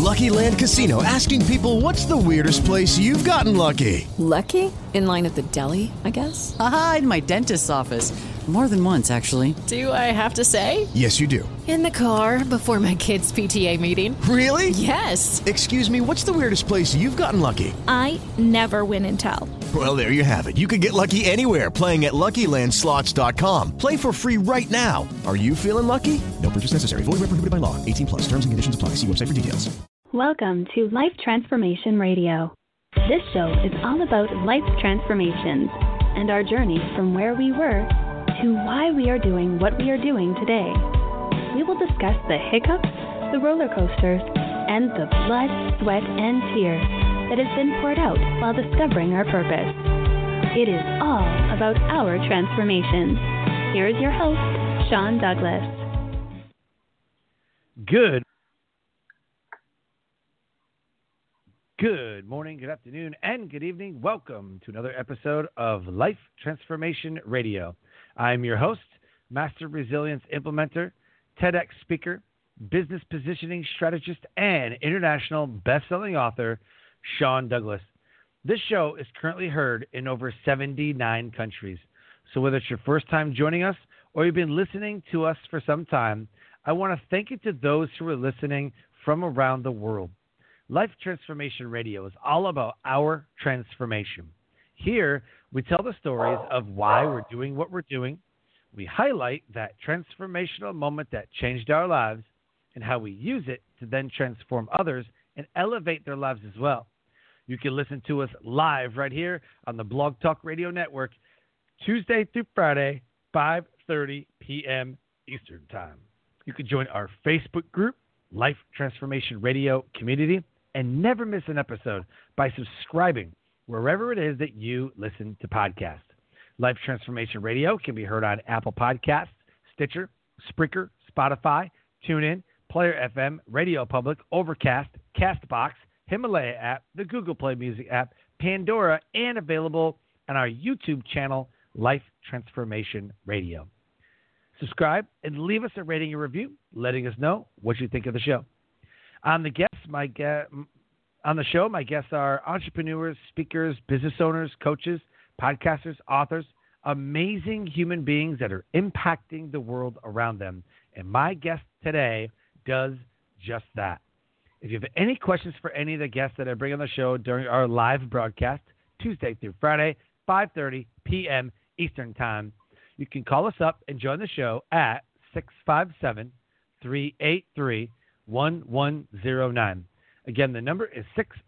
Lucky Land Casino, asking people, what's the weirdest place you've gotten lucky? Lucky? In line at the deli, I guess? Aha, in my dentist's office. More than once, actually. Do I have to say? Yes, you do. In the car before my kids' PTA meeting. Really? Yes. Excuse me, what's the weirdest place you've gotten lucky? I never win and tell. Well, there you have it. You can get lucky anywhere, playing at LuckyLandSlots.com. Play for free right now. Are you feeling lucky? No purchase necessary. Void where prohibited by law. 18 plus. Terms and conditions apply. See website for details. Welcome to Life Transformation Radio. This show is all about life transformations and our journey from where we were to why we are doing what we are doing today. We will discuss the hiccups, the roller coasters, and the blood, sweat, and tears that has been poured out while discovering our purpose. It is all about our transformations. Here is your host, Sean Douglas. Good morning, good afternoon, and good evening. Welcome to another episode of Life Transformation Radio. I'm your host, Master Resilience Implementer, TEDx speaker, business positioning strategist, and international best-selling author, Sean Douglas. This show is currently heard in over 79 countries. So whether it's your first time joining us or you've been listening to us for some time, I want to thank you to those who are listening from around the world. Life Transformation Radio is all about our transformation. Here, we tell the stories of why we're doing what we're doing. We highlight that transformational moment that changed our lives and how we use it to then transform others and elevate their lives as well. You can listen to us live right here on the Blog Talk Radio Network, Tuesday through Friday, 5:30 p.m. Eastern Time. You can join our Facebook group, Life Transformation Radio Community, and never miss an episode by subscribing wherever it is that you listen to podcasts. Life Transformation Radio can be heard on Apple Podcasts, Stitcher, Spreaker, Spotify, TuneIn, Player FM, Radio Public, Overcast, CastBox, Himalaya app, the Google Play Music app, Pandora, and available on our YouTube channel, Life Transformation Radio. Subscribe and leave us a rating and review, letting us know what you think of the show. On the show, my guests are entrepreneurs, speakers, business owners, coaches, podcasters, authors, amazing human beings that are impacting the world around them. And my guest today does just that. If you have any questions for any of the guests that I bring on the show during our live broadcast, Tuesday through Friday, 5:30 p.m. Eastern Time, you can call us up and join the show at 657-383-1109. Again, the number is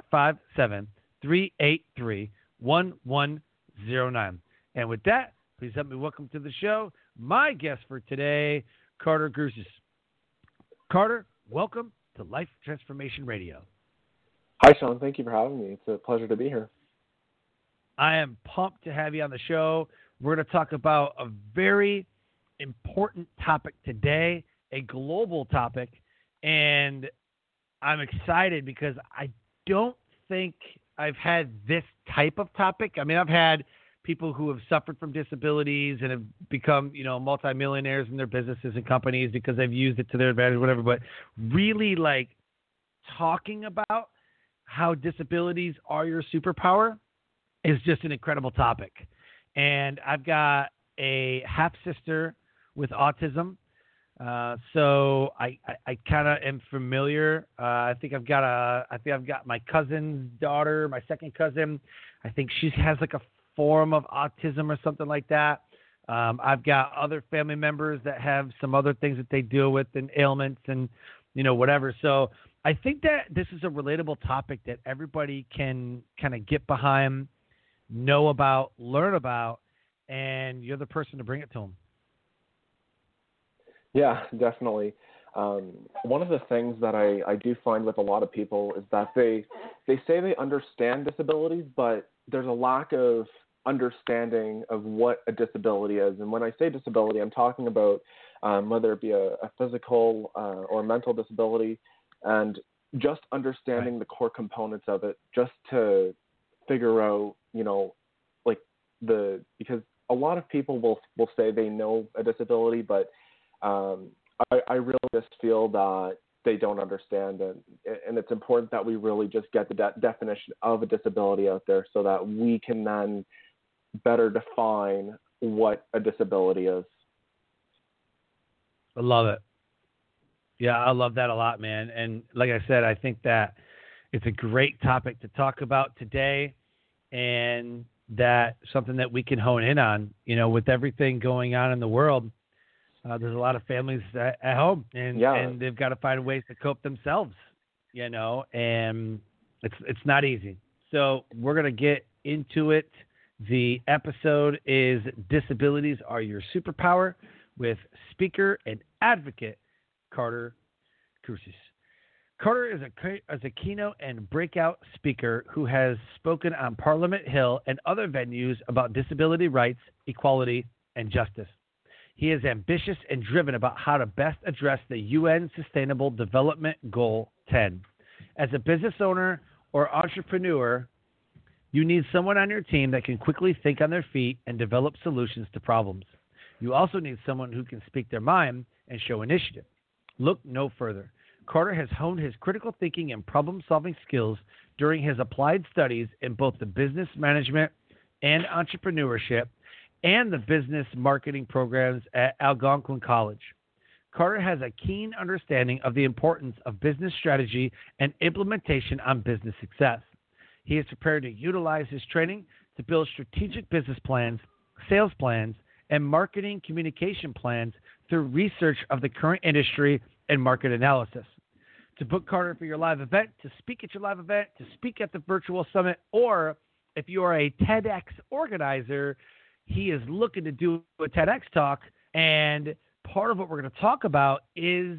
657-383-1109. And with that, please help me welcome to the show my guest for today, Carter Grusis. Carter, welcome to Life Transformation Radio. Hi, Sean. Thank you for having me. It's a pleasure to be here. I am pumped to have you on the show. We're going to talk about a very important topic today, a global topic, and I'm excited because I don't think I've had this type of topic. I mean, I've had people who have suffered from disabilities and have become, multimillionaires in their businesses and companies because they've used it to their advantage, whatever. But really, talking about how disabilities are your superpower is just an incredible topic. And I've got a half-sister with autism. So I kind of am familiar. I think I've got my cousin's daughter, my second cousin. I think she has a form of autism or something like that. I've got other family members that have some other things that they deal with and ailments and, whatever. So I think that this is a relatable topic that everybody can kind of get behind, know about, learn about, and you're the person to bring it to them. Yeah, definitely. One of the things that I do find with a lot of people is that they say they understand disabilities, but there's a lack of understanding of what a disability is. And when I say disability, I'm talking about whether it be a physical or mental disability, and just understanding the core components of it, just to figure out, because a lot of people will say they know a disability, but I really just feel that they don't understand. And it's important that we really just get the definition of a disability out there so that we can then better define what a disability is. I love it. Yeah, I love that a lot, man. And like I said, I think that it's a great topic to talk about today, and that something that we can hone in on, with everything going on in the world. There's a lot of families at home, and they've got to find ways to cope themselves, and it's not easy. So we're going to get into it. The episode is Disabilities Are Your Superpower with speaker and advocate Carter Crucis. Carter is a keynote and breakout speaker who has spoken on Parliament Hill and other venues about disability rights, equality, and justice. He is ambitious and driven about how to best address the UN Sustainable Development Goal 10. As a business owner or entrepreneur, you need someone on your team that can quickly think on their feet and develop solutions to problems. You also need someone who can speak their mind and show initiative. Look no further. Carter has honed his critical thinking and problem-solving skills during his applied studies in both the business management and entrepreneurship and the business marketing programs at Algonquin College. Carter has a keen understanding of the importance of business strategy and implementation on business success. He is prepared to utilize his training to build strategic business plans, sales plans, and marketing communication plans through research of the current industry and market analysis. To book Carter for your live event, to speak at your live event, to speak at the virtual summit, or if you are a TEDx organizer, he is looking to do a TEDx talk, and part of what we're going to talk about is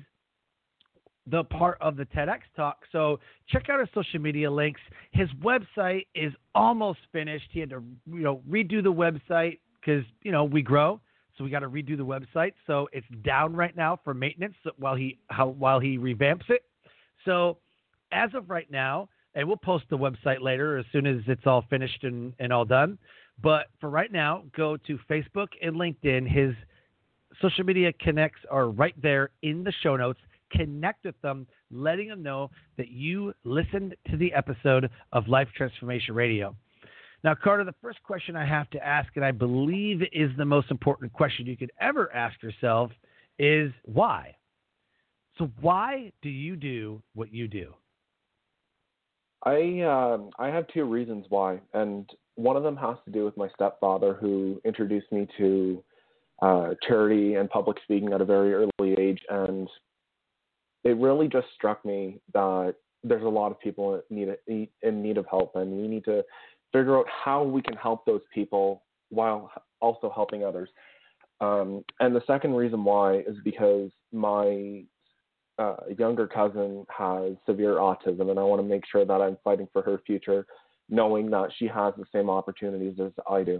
the part of the TEDx talk. So check out his social media links. His website is almost finished. He had to, redo the website because, we grow. So we got to redo the website. So it's down right now for maintenance while he revamps it. So as of right now, and we'll post the website later as soon as it's all finished and all done. But for right now, go to Facebook and LinkedIn. His social media connects are right there in the show notes. Connect with them, letting them know that you listened to the episode of Life Transformation Radio. Now, Carter, the first question I have to ask, and I believe is the most important question you could ever ask yourself, is why? So why do you do what you do? I have two reasons why, and one of them has to do with my stepfather, who introduced me to charity and public speaking at a very early age, and it really just struck me that there's a lot of people in need of help, and we need to figure out how we can help those people while also helping others. And the second reason why is because my younger cousin has severe autism, and I want to make sure that I'm fighting for her future, knowing that she has the same opportunities as I do.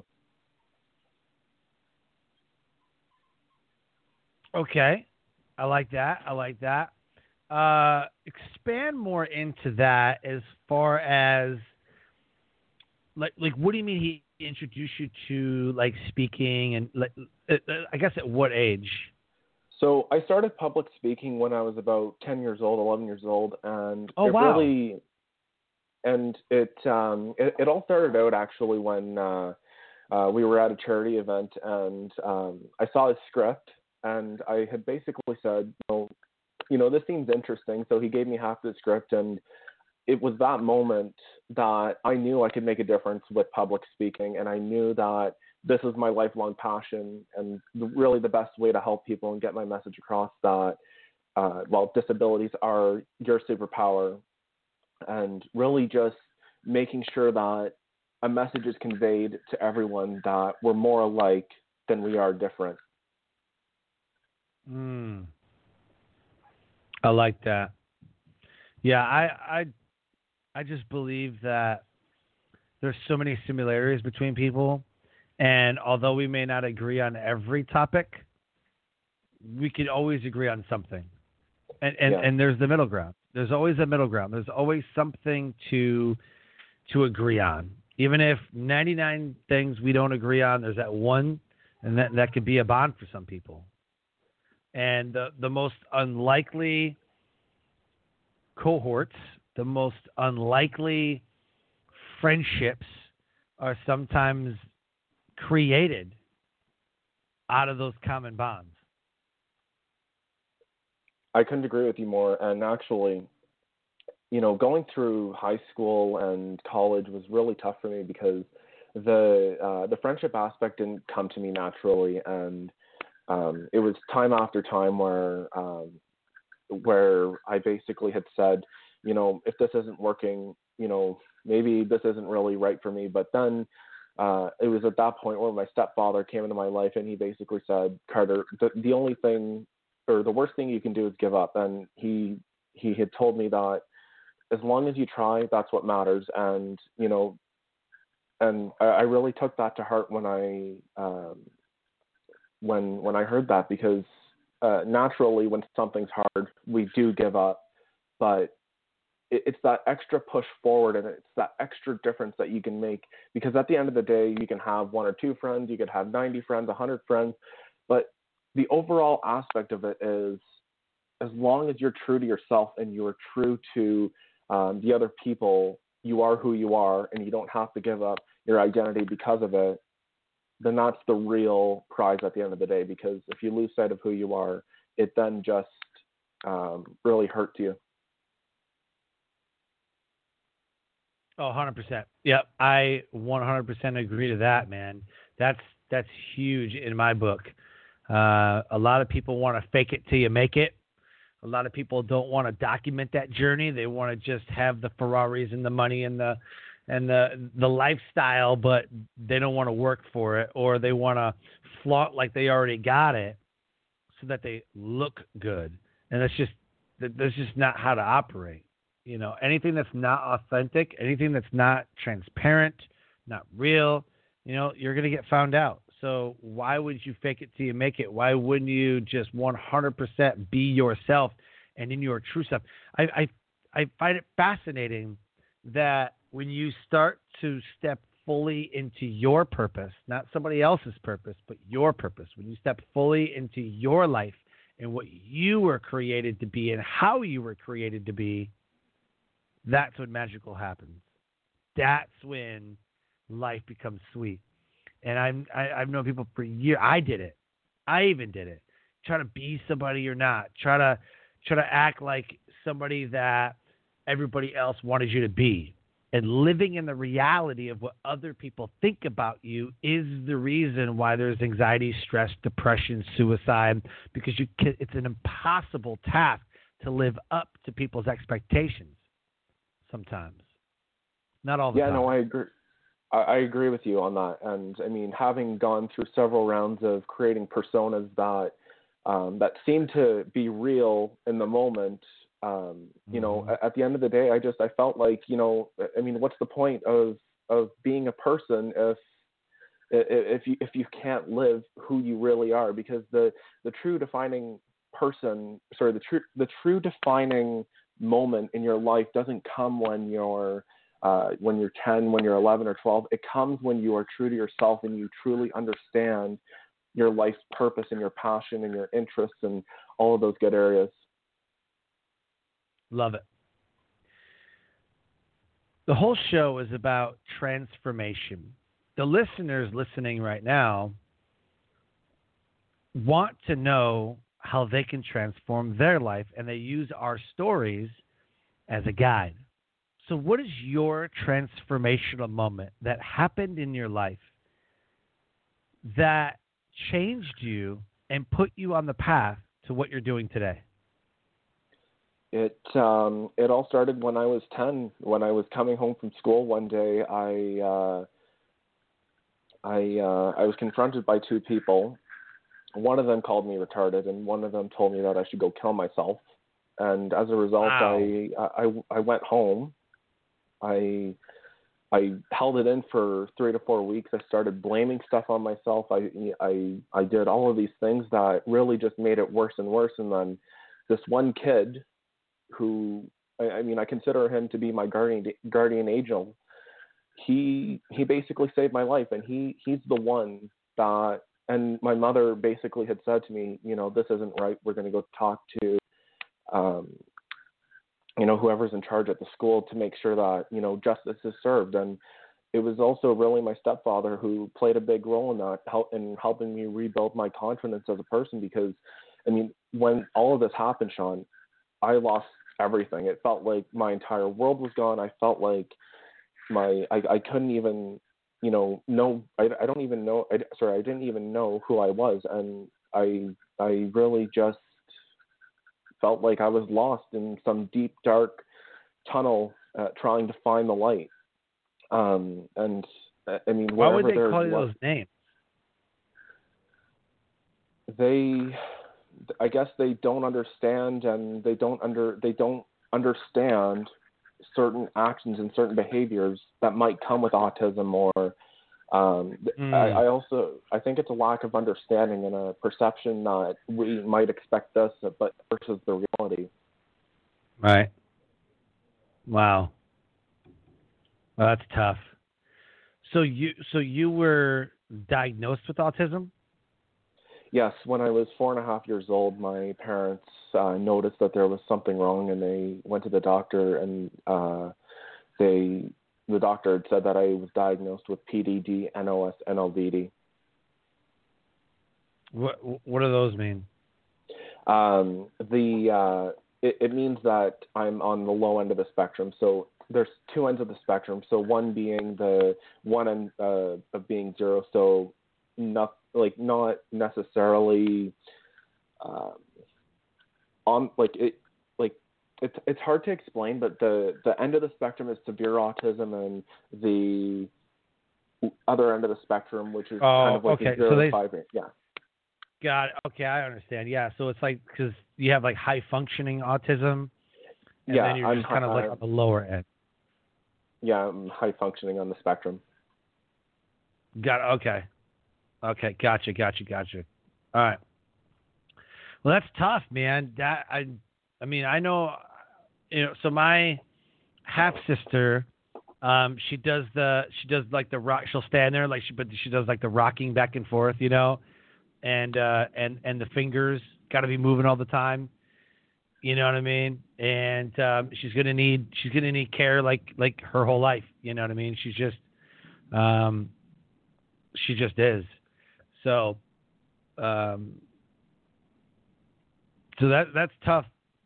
Okay. I like that. Expand more into that as far as like what do you mean he introduced you to like speaking, and I guess at what age? So I started public speaking when I was about 10 years old, 11 years old, and it all started out actually when we were at a charity event, and I saw his script, and I had basically said, this seems interesting. So he gave me half the script, and it was that moment that I knew I could make a difference with public speaking, and I knew that this is my lifelong passion, and really the best way to help people and get my message across that, disabilities are your superpower, and really just making sure that a message is conveyed to everyone that we're more alike than we are different. I like that. Yeah, I just believe that there's so many similarities between people, and although we may not agree on every topic, we can always agree on something. And there's the middle ground. There's always a middle ground. There's always something to agree on. Even if 99 things we don't agree on, there's that one, and that could be a bond for some people. And the most unlikely cohorts, the most unlikely friendships are sometimes created out of those common bonds. I couldn't agree with you more. And actually, going through high school and college was really tough for me because the friendship aspect didn't come to me naturally, and it was time after time where I basically had said, if this isn't working, maybe this isn't really right for me. But then it was at that point where my stepfather came into my life, and he basically said, Carter, the only thing, or the worst thing you can do is give up. And he had told me that as long as you try, that's what matters. And, and I really took that to heart when I heard that, because naturally when something's hard, we do give up, but it's that extra push forward, and it's that extra difference that you can make, because at the end of the day, you can have 1 or 2 friends, you could have 90 friends, 100 friends, but the overall aspect of it is, as long as you're true to yourself and you are true to the other people, you are who you are, and you don't have to give up your identity because of it, then that's the real prize at the end of the day. Because if you lose sight of who you are, it then just really hurts you. Oh, 100%. Yep. I 100% agree to that, man. That's huge in my book. A lot of people want to fake it till you make it. A lot of people don't want to document that journey. They want to just have the Ferraris and the money and the lifestyle, but they don't want to work for it, or they want to flaunt like they already got it so that they look good. And that's just not how to operate. Anything that's not authentic, anything that's not transparent, not real, you're going to get found out. So why would you fake it till you make it? Why wouldn't you just 100% be yourself and in your true self? I find it fascinating that when you start to step fully into your purpose, not somebody else's purpose, but your purpose, when you step fully into your life and what you were created to be and how you were created to be, that's when magical happens. That's when life becomes sweet. And I've known people for years. I did it. I even did it. Try to be somebody you're not. Try to act like somebody that everybody else wanted you to be. And living in the reality of what other people think about you is the reason why there's anxiety, stress, depression, suicide, because it's an impossible task to live up to people's expectations sometimes. Not all the time. Yeah, no, I agree. I agree with you on that. And I mean, having gone through several rounds of creating personas that seem to be real in the moment, at the end of the day, I felt like, what's the point of being a person if you can't live who you really are? Because the true defining moment in your life doesn't come when you're 10, when you're 11 or 12. It comes when you are true to yourself and you truly understand your life's purpose and your passion and your interests and all of those good areas. Love it. The whole show is about transformation. The listeners listening right now want to know how they can transform their life, and they use our stories as a guide. So what is your transformational moment that happened in your life that changed you and put you on the path to what you're doing today? It all started when I was 10. When I was coming home from school one day, I was confronted by 2 people. One of them called me retarded, and one of them told me that I should go kill myself. And as a result, wow. I went home. I held it in for 3 to 4 weeks. I started blaming stuff on myself. I did all of these things that really just made it worse and worse. And then this one kid, who I consider him to be my guardian angel, he basically saved my life, and he's the one that. And my mother basically had said to me, this isn't right. We're going to go talk to whoever's in charge at the school to make sure that, justice is served. And it was also really my stepfather who played a big role in that, in helping me rebuild my confidence as a person. Because, when all of this happened, Sean, I lost everything. It felt like my entire world was gone. I felt like I couldn't even, know. I don't even know. I didn't even know who I was, and I really just felt like I was lost in some deep, dark tunnel trying to find the light. Why would they call you those names? I guess they don't understand, and they don't understand certain actions and certain behaviors that might come with autism, or I think it's a lack of understanding and a perception that we might expect this, but versus the reality. Right. Wow. Well, that's tough. So you were diagnosed with autism? Yes. When I was 4.5 years old, my parents noticed that there was something wrong, and they went to the doctor, and the doctor had said that I was diagnosed with PDD, NOS, NLVD. What do those mean? It means that I'm on the low end of the spectrum. So there's two ends of the spectrum. So one being the one end of being 0. So not necessarily it's hard to explain, but the end of the spectrum is severe autism, and the other end of the spectrum, which is kind of like okay. 0 to 5. Yeah. Got it. Okay, I understand. Yeah, so it's like because you have like high functioning autism, and then you're just kind of like on the lower end. Yeah, I'm high functioning on the spectrum. Got it. Okay. Okay, gotcha. All right. Well, that's tough, man. I know, so my half sister, she does like the rock. She'll stand there but she does like the rocking back and forth, and the fingers got to be moving all the time. You know what I mean? And she's gonna need care like her whole life. You know what I mean? She just is. So that's tough.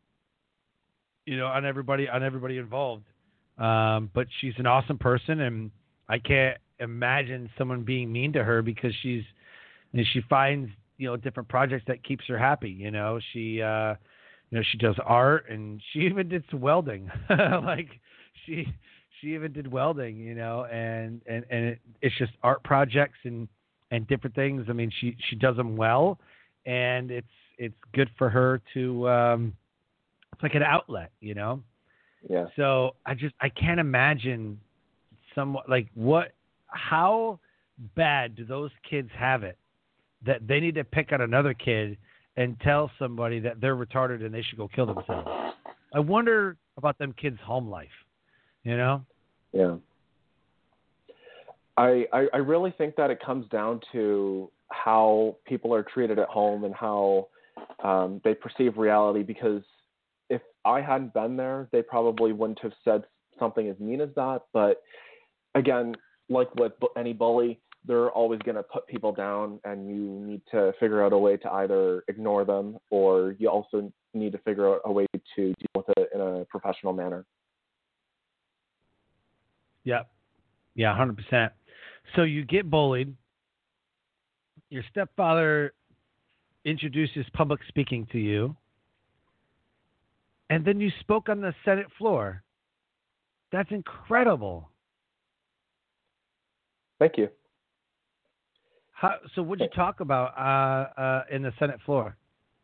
On everybody involved. But she's an awesome person, and I can't imagine someone being mean to her because she finds, different projects that keeps her happy. She does art, and she even did some welding. Like she even did welding, and it's just art projects and different things. I mean, she does them well, and it's good for her to, it's like an outlet, Yeah. So I can't imagine how bad do those kids have it that they need to pick on another kid and tell somebody that they're retarded and they should go kill themselves. I wonder about them kids' home life, Yeah. I really think that it comes down to how people are treated at home and how they perceive reality, because if I hadn't been there, they probably wouldn't have said something as mean as that. But again, like with any bully, they're always going to put people down, and you need to figure out a way to either ignore them, or you also need to figure out a way to deal with it in a professional manner. Yep. Yeah, 100%. So you get bullied. Your stepfather introduces public speaking to you. And then you spoke on the Senate floor. That's incredible. Thank you. So what did you talk about in the Senate floor?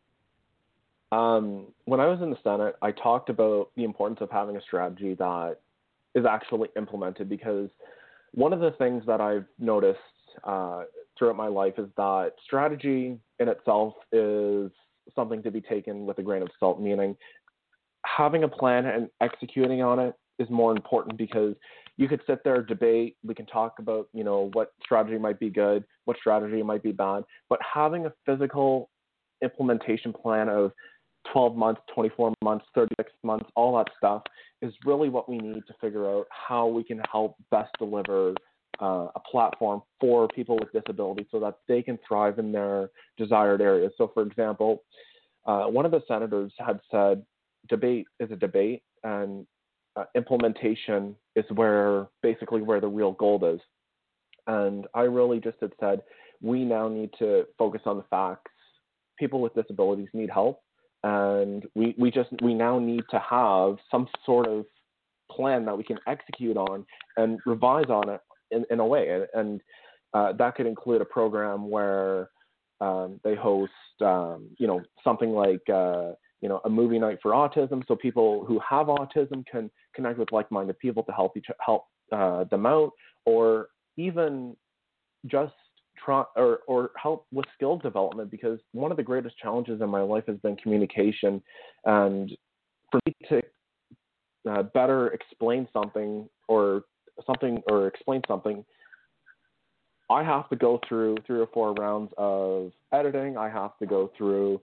When I was in the Senate, I talked about the importance of having a strategy that is actually implemented, because one of the things that I've noticed throughout my life is that strategy in itself is something to be taken with a grain of salt, meaning having a plan and executing on it is more important, because you could sit there, debate, we can talk about, what strategy might be good, what strategy might be bad, but having a physical implementation plan of 12 months, 24 months, 36 months, all that stuff is really what we need to figure out how we can help best deliver a platform for people with disabilities so that they can thrive in their desired areas. So, for example, one of the senators had said debate is a debate, and implementation is basically where the real gold is. And I really just had said we now need to focus on the facts. People with disabilities need help, and we now need to have some sort of plan that we can execute on and revise on it in a way. And that could include a program where they host, something like, a movie night for autism, so people who have autism can connect with like-minded people to help them out, or even just try or help with skill development, because one of the greatest challenges in my life has been communication. And for me to better explain something, I have to go through 3 or 4 rounds of editing. I have to go through,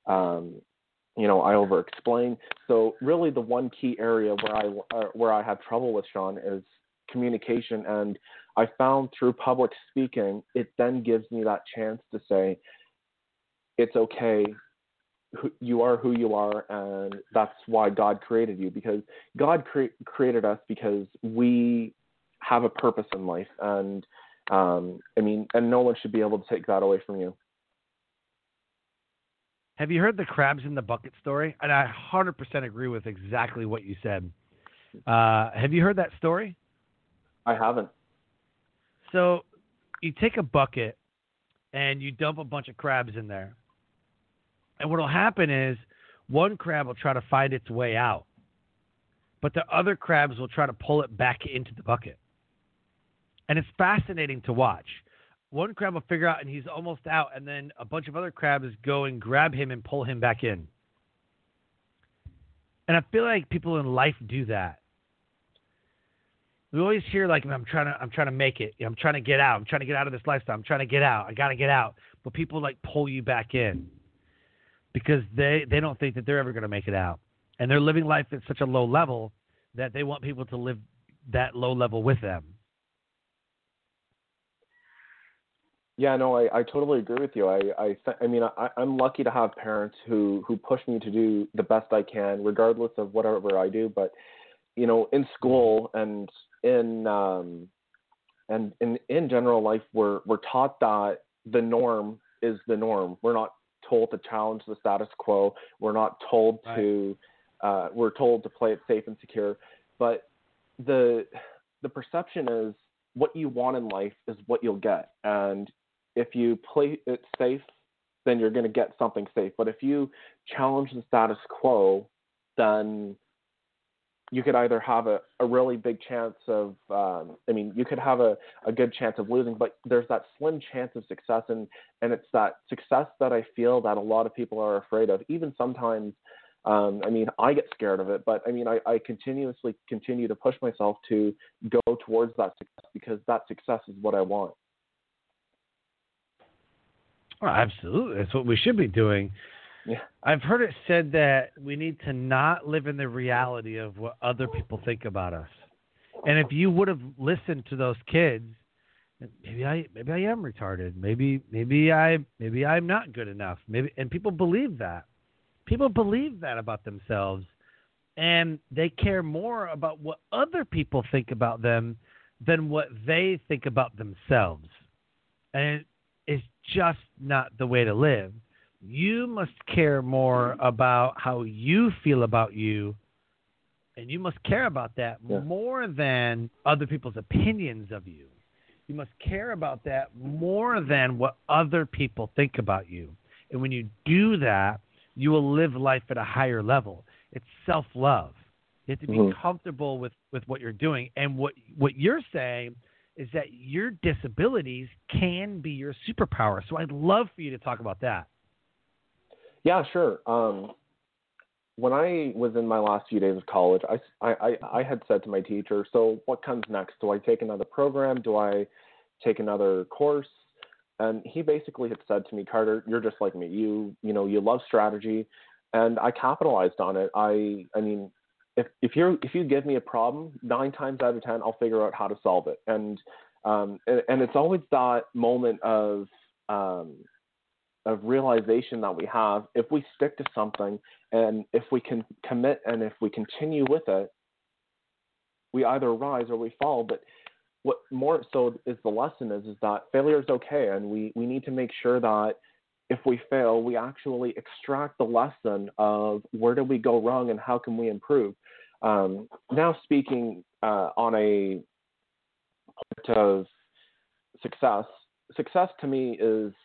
I over-explain. So really the one key area where I have trouble with, Sean, is communication. And I found through public speaking, it then gives me that chance to say, it's okay, you are who you are, and that's why God created you, because God created us because we have a purpose in life. And and no one should be able to take that away from you. Have you heard the crabs in the bucket story? And I 100% agree with exactly what you said. Have you heard that story? I haven't. So you take a bucket and you dump a bunch of crabs in there. And what will happen is one crab will try to find its way out, but the other crabs will try to pull it back into the bucket. And it's fascinating to watch. One crab will figure out and he's almost out, and then a bunch of other crabs go and grab him and pull him back in. And I feel like people in life do that. We always hear like, I'm trying to make it. I'm trying to get out. I'm trying to get out of this lifestyle. I'm trying to get out. I got to get out. But people like pull you back in because they don't think that they're ever going to make it out. And they're living life at such a low level that they want people to live that low level with them. Yeah, no, I totally agree with you. I'm lucky to have parents who push me to do the best I can, regardless of whatever I do. But, in school and in general life, we're taught that the norm is the norm. We're not told to challenge the status quo. We're not told to, we're told to play it safe and secure. But the perception is what you want in life is what you'll get. And if you play it safe, then you're going to get something safe. But if you challenge the status quo, then you could either have a really big chance of, you could have a good chance of losing, but there's that slim chance of success. And it's that success that I feel that a lot of people are afraid of. Even sometimes, I get scared of it, but I continuously continue to push myself to go towards that success, because that success is what I want. Well, absolutely. That's what we should be doing. Yeah. I've heard it said that we need to not live in the reality of what other people think about us. And if you would have listened to those kids, maybe I am retarded. Maybe I'm not good enough. And people believe that. People believe that about themselves, and they care more about what other people think about them than what they think about themselves. And it's just not the way to live. You must care more about how you feel about you, and you must care about that more than other people's opinions of you. You must care about that more than what other people think about you. And when you do that, you will live life at a higher level. It's self-love. You have to be comfortable with what you're doing. And what you're saying is that your disabilities can be your superpower. So I'd love for you to talk about that. Yeah, sure. When I was in my last few days of college, I had said to my teacher, so what comes next? Do I take another program? Do I take another course? And he basically had said to me, Carter, you're just like me. You love strategy. and I capitalized on it. I mean, if you give me a problem, 9 times out of 10, I'll figure out how to solve it. And it's always that moment of realization that we have. If we stick to something, and if we can commit, and if we continue with it, we either rise or we fall. But what more so is the lesson is that failure is okay, and we need to make sure that if we fail, we actually extract the lesson of where did we go wrong and how can we improve. Now speaking on a point of success to me is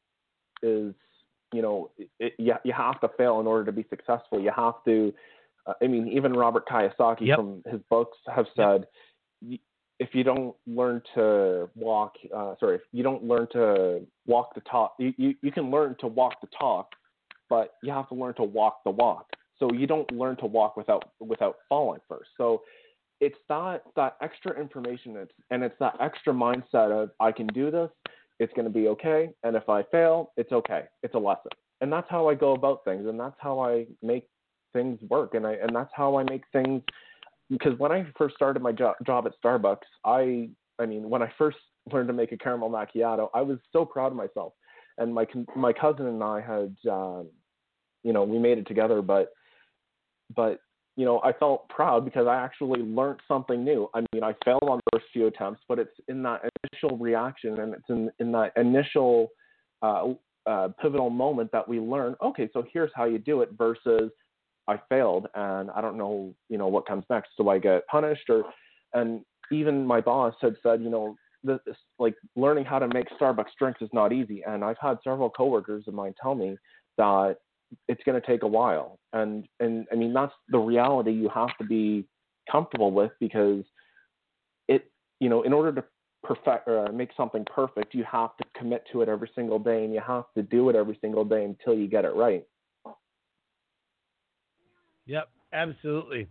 you have to fail in order to be successful. You have to. Even Robert Kiyosaki from his books have said, if you don't learn to walk, if you don't learn to walk the talk, you can learn to walk the talk, but you have to learn to walk the walk. So you don't learn to walk without falling first. So it's that extra information, it's that extra mindset of I can do this, it's going to be okay, and if I fail, it's okay, it's a lesson. And that's how I go about things, and that's how I make things work, and that's how I make things. Because when I first started my job at Starbucks, when I first learned to make a caramel macchiato, I was so proud of myself. And my cousin and I had, we made it together, but I felt proud because I actually learned something new. I failed on the first few attempts, but it's in that initial reaction, and it's in that initial pivotal moment that we learn, okay, so here's how you do it, versus I failed and I don't know, what comes next. Do I get punished? And even my boss had said, this, like learning how to make Starbucks drinks is not easy. And I've had several coworkers of mine tell me that it's going to take a while. And that's the reality you have to be comfortable with, because in order to perfect or make something perfect, you have to commit to it every single day, and you have to do it every single day until you get it right. Yep, absolutely.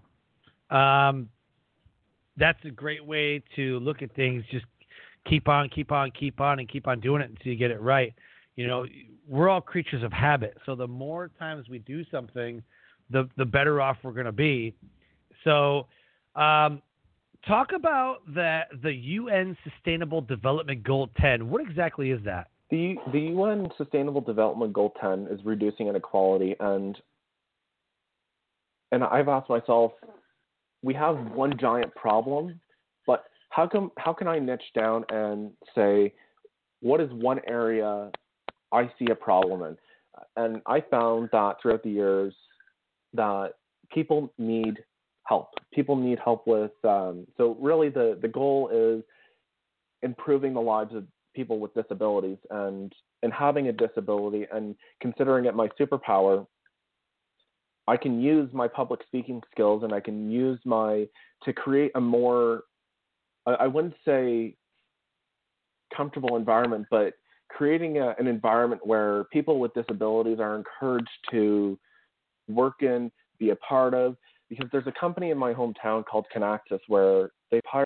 That's a great way to look at things. Just keep on, and keep on doing it until you get it right. We're all creatures of habit. So the more times we do something, the better off we're going to be. So talk about the UN Sustainable Development Goal 10. What exactly is that? The UN Sustainable Development Goal 10 is reducing inequality, and I've asked myself, we have one giant problem, but how can I niche down and say, what is one area I see a problem in? And I found that throughout the years that people need help. People need help with, so really the goal is improving the lives of people with disabilities, and having a disability and considering it my superpower, I can use my public speaking skills, and I can use to create a more, I wouldn't say comfortable environment, but creating an environment where people with disabilities are encouraged to work in, be a part of, because there's a company in my hometown called Canaxis where they've hired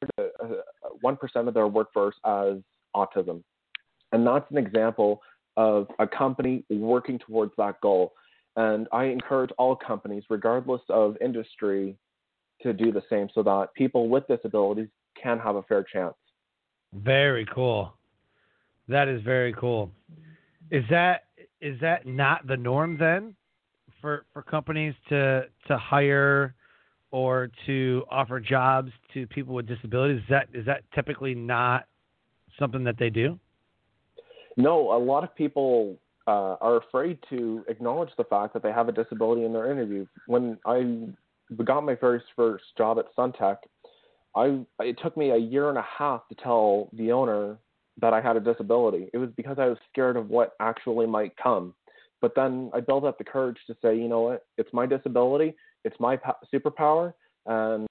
1% of their workforce as autism. And that's an example of a company working towards that goal. And I encourage all companies, regardless of industry, to do the same so that people with disabilities can have a fair chance. Very cool. That is very cool. Is that not the norm then for companies to hire or to offer jobs to people with disabilities? Is that typically not something that they do? No, a lot of people are afraid to acknowledge the fact that they have a disability in their interview. When I got my very first job at Suntech, it took me a year and a half to tell the owner that I had a disability. It was because I was scared of what actually might come. But then I built up the courage to say, you know what, it's my disability, it's my superpower. And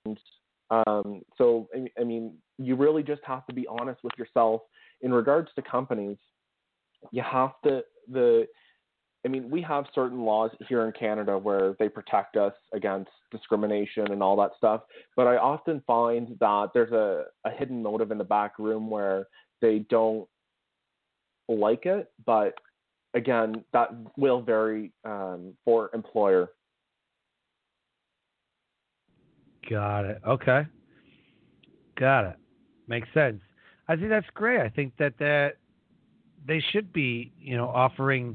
so, you really just have to be honest with yourself. In regards to companies, you have to, we have certain laws here in Canada where they protect us against discrimination and all that stuff. But I often find that there's a hidden motive in the back room where they don't like it, but again, that will vary for employer. Got it. Okay. Got it. Makes sense. I think that's great. I think that they should be, offering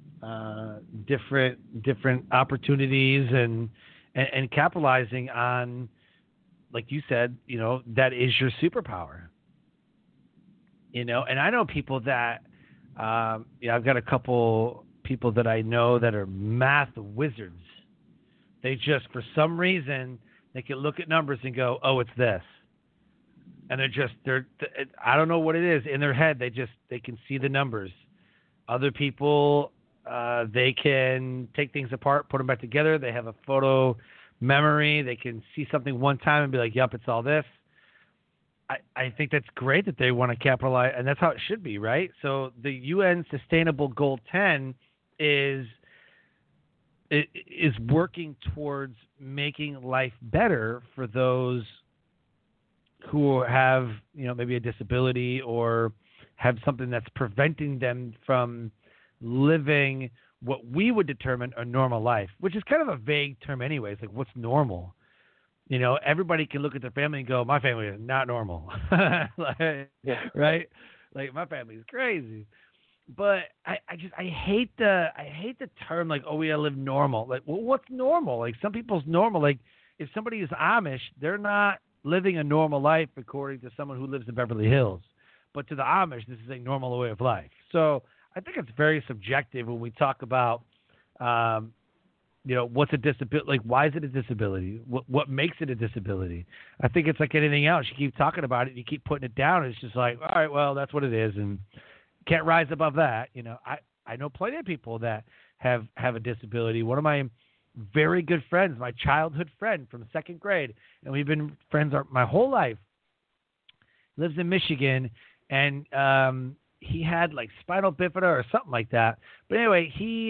different opportunities and capitalizing on, like you said, that is your superpower. And I know people that, I've got a couple people that I know that are math wizards. They just, for some reason, they can look at numbers and go, oh, it's this. And they're I don't know what it is in their head. They can see the numbers. Other people, they can take things apart, put them back together. They have a photo memory. They can see something one time and be like, yep, it's all this. I think that's great that they want to capitalize, and that's how it should be, right? So the UN Sustainable Goal 10 is working towards making life better for those who have, maybe a disability or have something that's preventing them from living what we would determine a normal life, which is kind of a vague term anyways. Like, what's normal? Everybody can look at their family and go, my family is not normal. Right? Like, my family is crazy. But I hate the term, like, oh, we gotta live normal. Like, well, what's normal? Like, some people's normal. Like, if somebody is Amish, they're not living a normal life according to someone who lives in Beverly Hills. But to the Amish, this is a normal way of life. So I think it's very subjective when we talk about, what's a disability? Like, why is it a disability? What makes it a disability? I think it's like anything else. You keep talking about it, you keep putting it down. And it's just like, all right, well, that's what it is, and can't rise above that. I know plenty of people that have a disability. One of my very good friends, my childhood friend from second grade, and we've been friends my whole life, lives in Michigan, and he had like spinal bifida or something like that. But anyway,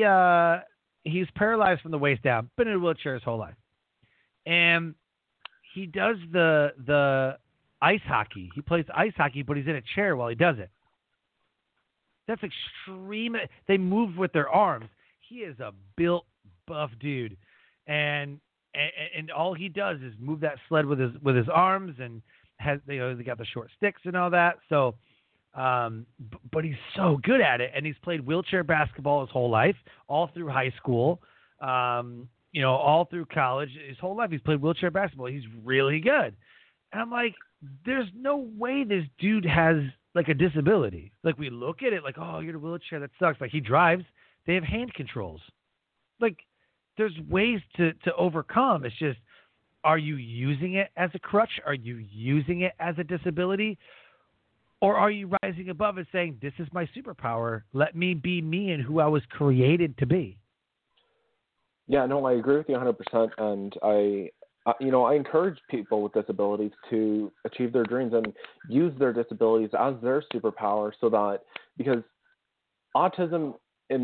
he's paralyzed from the waist down, been in a wheelchair his whole life. And he does the ice hockey. He plays ice hockey, but he's in a chair while he does it. That's extreme. They move with their arms. He is a built, buff dude. And all he does is move that sled with his arms, and they got the short sticks and all that. So, but he's so good at it, and he's played wheelchair basketball his whole life, all through high school, all through college. His whole life he's played wheelchair basketball. He's really good. And I'm like, there's no way this dude has like a disability. Like, we look at it like, oh, you're in a wheelchair, that sucks. Like, he drives. They have hand controls. Like, there's ways to overcome. It's just, are you using it as a crutch? Are you using it as a disability? Or are you rising above and saying, this is my superpower. Let me be me and who I was created to be? Yeah, no, I agree with you 100%. And I encourage people with disabilities to achieve their dreams and use their disabilities as their superpower, so that, because autism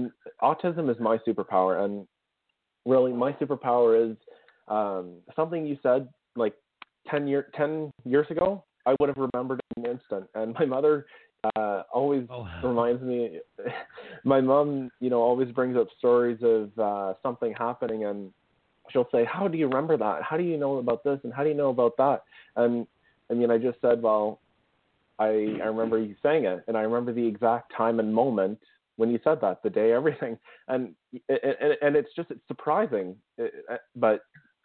is my superpower, and really my superpower is something you said like 10 years ago. I would have remembered in an instant. And my mother always reminds me, my mom, always brings up stories of something happening, and she'll say, how do you remember that? How do you know about this? And how do you know about that? And I just said, well, I remember you saying it, and I remember the exact time and moment when you said that, the day, everything. And it's surprising, but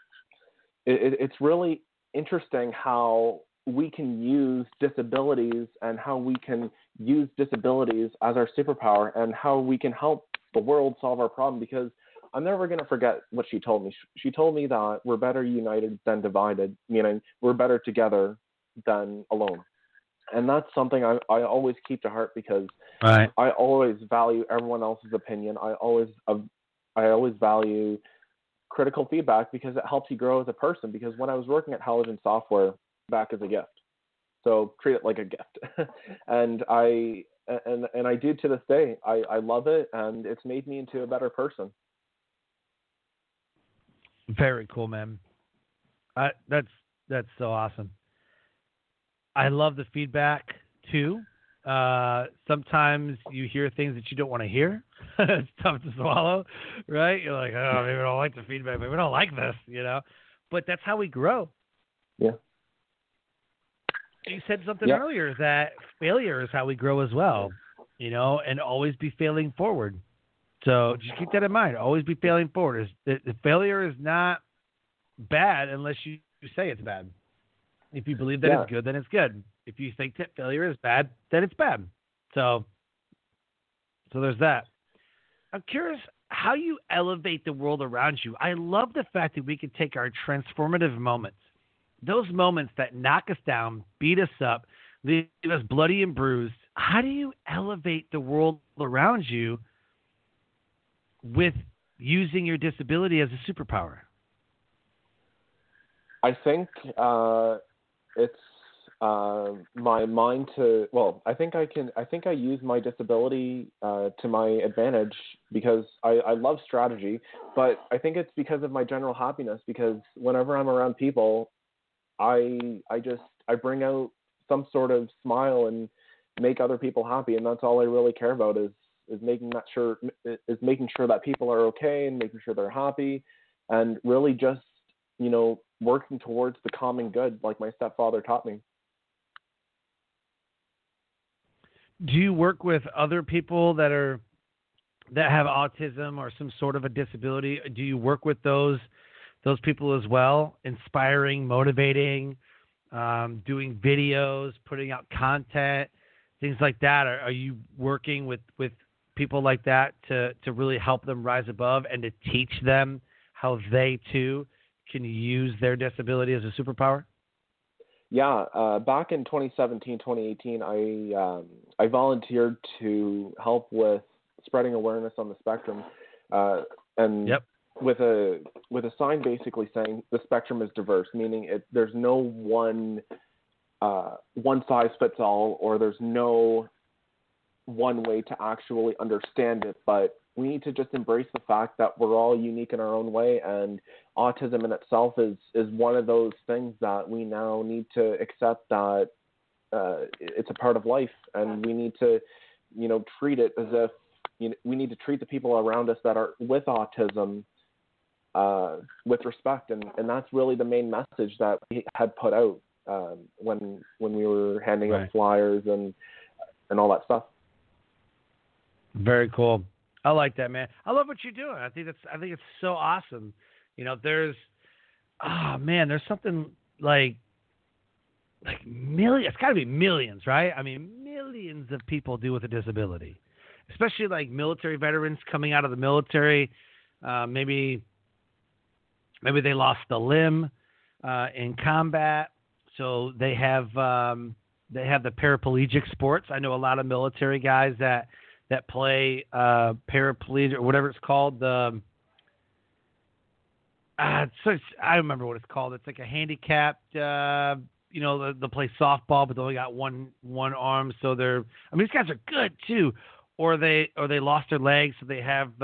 it's really interesting how we can use disabilities, and how we can use disabilities as our superpower, and how we can help the world solve our problem. Because I'm never going to forget what she told me. She told me that we're better united than divided, meaning we're better together than alone. And that's something I always keep to heart, because I always value everyone else's opinion. I always value critical feedback, because it helps you grow as a person. Because when I was working at Halogen Software, back as a gift. So treat it like a gift. And I do to this day. I love it, and it's made me into a better person. Very cool, man. That's so awesome. I love the feedback too. Sometimes you hear things that you don't want to hear. It's tough to swallow, right? You're like, oh, maybe I don't like the feedback. Maybe I don't like this, But that's how we grow. Yeah. You said something earlier that failure is how we grow as well, and always be failing forward. So just keep that in mind. Always be failing forward. The failure is not bad unless you say it's bad. If you believe that it's good, then it's good. If you think that failure is bad, then it's bad. So there's that. I'm curious how you elevate the world around you. I love the fact that we can take our transformative moments, those moments that knock us down, beat us up, leave us bloody and bruised. How do you elevate the world around you with using your disability as a superpower? I think it's my mind to. Well, I think I use my disability to my advantage because I love strategy, but I think it's because of my general happiness. Because whenever I'm around people, I bring out some sort of smile and make other people happy, and that's all I really care about is making sure that people are okay and making sure they're happy, and really just working towards the common good, like my stepfather taught me. Do you work with other people that have autism or some sort of a disability? Do you work with those people as well, inspiring, motivating, doing videos, putting out content, things like that? Are you working with people like that to really help them rise above and to teach them how they too can use their disability as a superpower? Yeah, back in 2017, 2018, I volunteered to help with spreading awareness on the spectrum, and with a sign basically saying the spectrum is diverse, meaning there's no one size fits all, or there's no one way to actually understand it, but we need to just embrace the fact that we're all unique in our own way, and autism in itself is one of those things that we now need to accept that it's a part of life, and we need to, treat it as if we need to treat the people around us that are with autism with respect, and that's really the main message that we had put out when we were handing out flyers and all that stuff. Very cool. I like that, man. I love what you're doing. I think it's so awesome. There's something like millions. It's got to be millions, right? I mean, millions of people deal with a disability, especially like military veterans coming out of the military. Maybe they lost a limb in combat, so they have the paraplegic sports. I know a lot of military guys that play paraplegic or whatever it's called. I remember what it's called. It's like a handicapped. They play softball, but they only got one arm. So these guys are good too. Or they lost their legs, so they have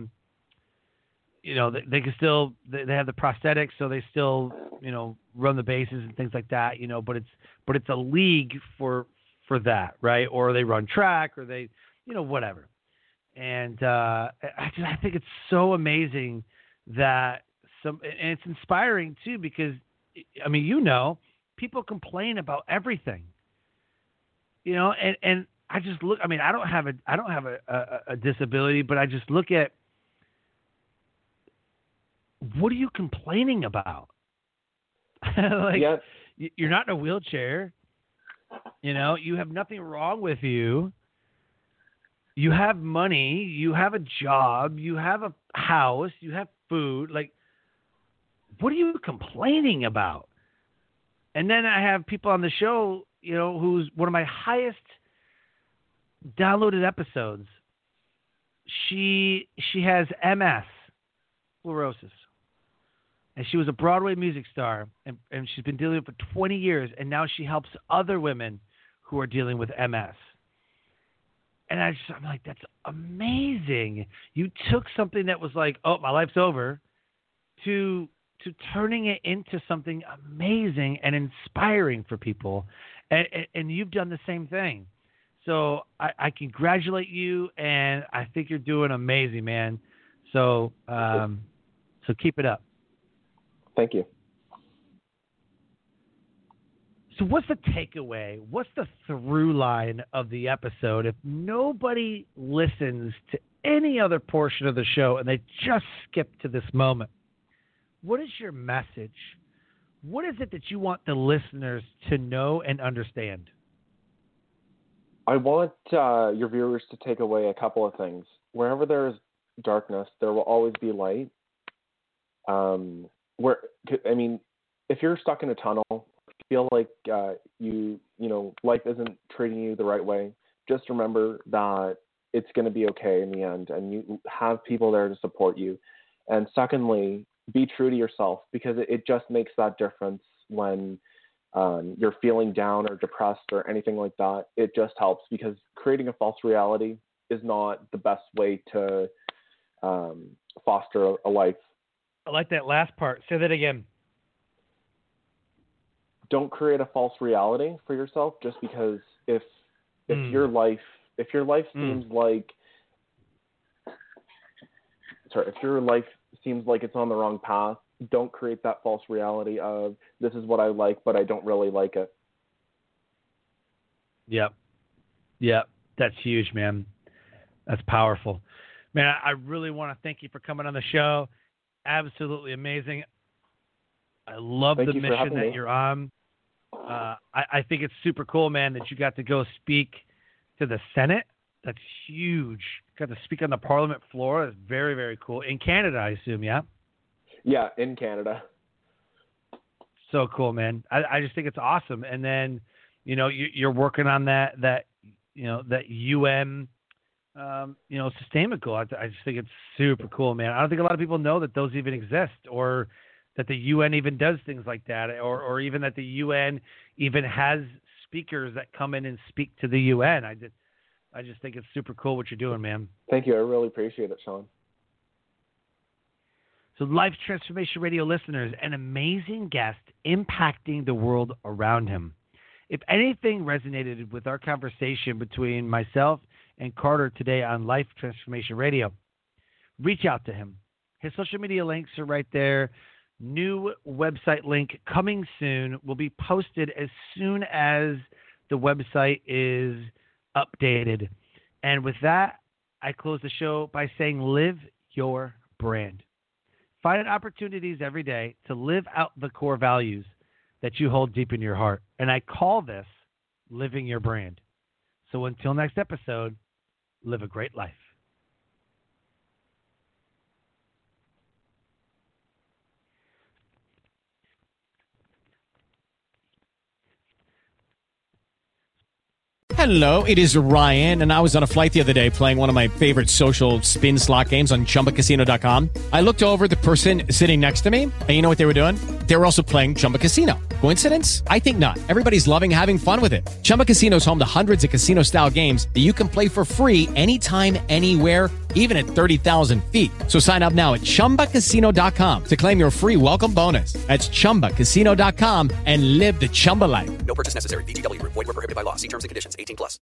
they can still they have the prosthetics, so they still run the bases and things like that. But it's a league for that, right? Or they run track, or they whatever. And I think it's so amazing that and it's inspiring too, because people complain about everything, and I just look, I don't have a disability, but I just look at, what are you complaining about? You're not in a wheelchair, you have nothing wrong with you. You have money, you have a job, you have a house, you have food. What are you complaining about? And then I have people on the show, who's one of my highest downloaded episodes. She has MS, sclerosis. And she was a Broadway music star, and she's been dealing with it for 20 years, and now she helps other women who are dealing with MS. And I'm like, that's amazing. You took something that was like, oh, my life's over, to turning it into something amazing and inspiring for people. And you've done the same thing. So I congratulate you, and I think you're doing amazing, man. So so keep it up. Thank you. So what's the takeaway? What's the through line of the episode? If nobody listens to any other portion of the show and they just skip to this moment, what is your message? What is it that you want the listeners to know and understand? I want your viewers to take away a couple of things. Wherever there is darkness, there will always be light. If you're stuck in a tunnel, feel like life isn't treating you the right way, just remember that it's going to be okay in the end, and you have people there to support you. And secondly, be true to yourself, because it just makes that difference when you're feeling down or depressed or anything like that. It just helps, because creating a false reality is not the best way to foster a life. I like that last part. Say that again. Don't create a false reality for yourself, just because if your life seems like it's on the wrong path, don't create that false reality of this is what I like, but I don't really like it. Yep. That's huge, man. That's powerful. Man, I really want to thank you for coming on the show. Absolutely amazing. I love the mission that you're on. I think it's super cool, man, that you got to go speak to the Senate. That's huge. Got to speak on the Parliament floor. That's very, very cool. In Canada, I assume, yeah? Yeah, in Canada. So cool, man. I just think it's awesome. And then, you're working on that UN, sustainment goal. I just think it's super cool, man. I don't think a lot of people know that those even exist, or that the UN even does things like that, or even that the UN even has speakers that come in and speak to the UN. I just think it's super cool what you're doing, man. Thank you. I really appreciate it, Sean. So Life Transformation Radio listeners, an amazing guest impacting the world around him. If anything resonated with our conversation between myself and Carter today on Life Transformation Radio, reach out to him. His social media links are right there. New website link coming soon, will be posted as soon as the website is updated. And with that, I close the show by saying live your brand. Find opportunities every day to live out the core values that you hold deep in your heart. And I call this living your brand. So until next episode, live a great life. Hello, it is Ryan, and I was on a flight the other day playing one of my favorite social spin slot games on ChumbaCasino.com. I looked over at the person sitting next to me, and you know what they were doing? They were also playing Chumba Casino. Coincidence? I think not. Everybody's loving having fun with it. Chumba Casino is home to hundreds of casino-style games that you can play for free anytime, anywhere, even at 30,000 feet. So sign up now at ChumbaCasino.com to claim your free welcome bonus. That's ChumbaCasino.com and live the Chumba life. No purchase necessary. VGW. Void where prohibited by law. See terms and conditions. 18+.